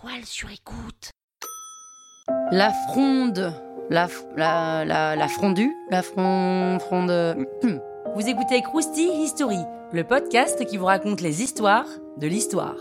toile sur écoute. La fronde. La fondue. Fronde. Vous écoutez Krusty History, le podcast qui vous raconte les histoires de l'histoire.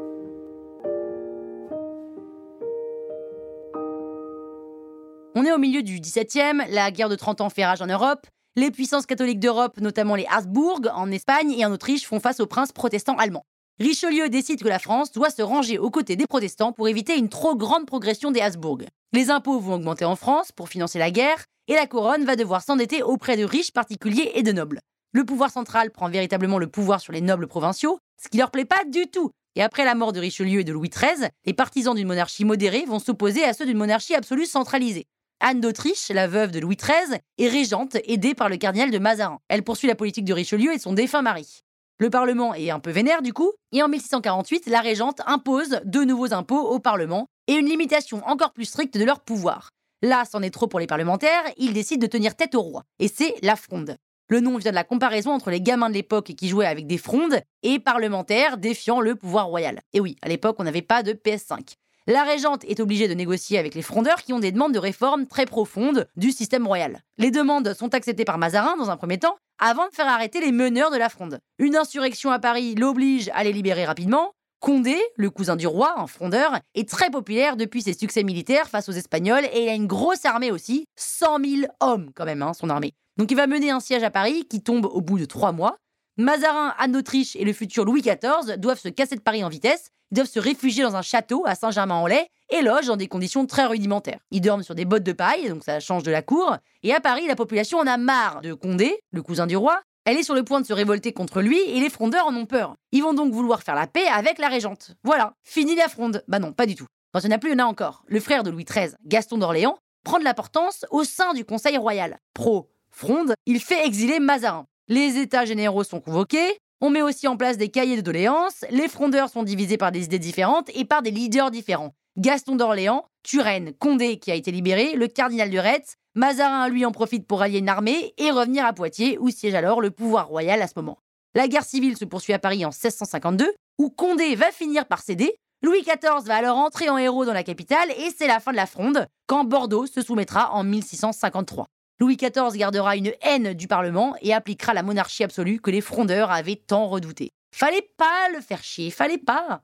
On est au milieu du XVIIe, la guerre de 30 ans fait rage en Europe. Les puissances catholiques d'Europe, notamment les Habsbourg, en Espagne et en Autriche, font face aux princes protestants allemands. Richelieu décide que la France doit se ranger aux côtés des protestants pour éviter une trop grande progression des Habsbourg. Les impôts vont augmenter en France pour financer la guerre, et la couronne va devoir s'endetter auprès de riches particuliers et de nobles. Le pouvoir central prend véritablement le pouvoir sur les nobles provinciaux, ce qui leur plaît pas du tout. Et après la mort de Richelieu et de Louis XIII, les partisans d'une monarchie modérée vont s'opposer à ceux d'une monarchie absolue centralisée. Anne d'Autriche, la veuve de Louis XIII, est régente, aidée par le cardinal de Mazarin. Elle poursuit la politique de Richelieu et de son défunt mari. Le Parlement est un peu vénère du coup, et en 1648, la régente impose de nouveaux impôts au Parlement et une limitation encore plus stricte de leur pouvoir. Là, c'en est trop pour les parlementaires, ils décident de tenir tête au roi, et c'est la fronde. Le nom vient de la comparaison entre les gamins de l'époque qui jouaient avec des frondes et parlementaires défiant le pouvoir royal. Et oui, à l'époque, on n'avait pas de PS5. La régente est obligée de négocier avec les frondeurs qui ont des demandes de réforme très profondes du système royal. Les demandes sont acceptées par Mazarin dans un premier temps, avant de faire arrêter les meneurs de la fronde. Une insurrection à Paris l'oblige à les libérer rapidement. Condé, le cousin du roi, un frondeur, est très populaire depuis ses succès militaires face aux Espagnols et il a une grosse armée aussi, 100 000 hommes quand même, son armée. Donc il va mener un siège à Paris qui tombe au bout de 3 mois. Mazarin, Anne d'Autriche et le futur Louis XIV doivent se casser de Paris en vitesse, ils doivent se réfugier dans un château à Saint-Germain-en-Laye et logent dans des conditions très rudimentaires. Ils dorment sur des bottes de paille, donc ça change de la cour. Et à Paris, la population en a marre de Condé, le cousin du roi. Elle est sur le point de se révolter contre lui et les frondeurs en ont peur. Ils vont donc vouloir faire la paix avec la régente. Voilà, fini la fronde. Bah non, pas du tout. Quand il n'y en a plus, il y en a encore. Le frère de Louis XIII, Gaston d'Orléans, prend de l'importance au sein du Conseil royal. Pro-fronde, il fait exiler Mazarin. Les états généraux sont convoqués, on met aussi en place des cahiers de doléances, les frondeurs sont divisés par des idées différentes et par des leaders différents. Gaston d'Orléans, Turenne, Condé qui a été libéré, le cardinal de Retz, Mazarin lui en profite pour rallier une armée et revenir à Poitiers où siège alors le pouvoir royal à ce moment. La guerre civile se poursuit à Paris en 1652, où Condé va finir par céder, Louis XIV va alors entrer en héros dans la capitale et c'est la fin de la fronde, quand Bordeaux se soumettra en 1653. Louis XIV gardera une haine du Parlement et appliquera la monarchie absolue que les frondeurs avaient tant redoutée. Fallait pas le faire chier, fallait pas.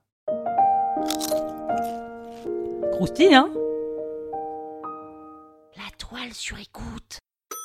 Croustille, hein? La toile sur écoute.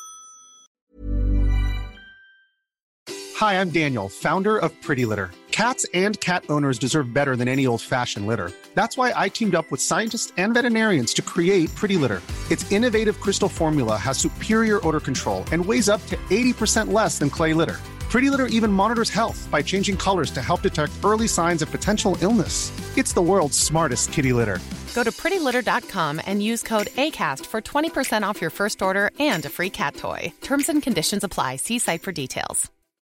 Hi, I'm Daniel, founder of Pretty Litter. Cats and cat owners deserve better than any old-fashioned litter. That's why I teamed up with scientists and veterinarians to create Pretty Litter. Its innovative crystal formula has superior odor control and weighs up to 80% less than clay litter. Pretty Litter even monitors health by changing colors to help detect early signs of potential illness. It's the world's smartest kitty litter. Go to prettylitter.com and use code ACAST for 20% off your first order and a free cat toy. Terms and conditions apply. See site for details.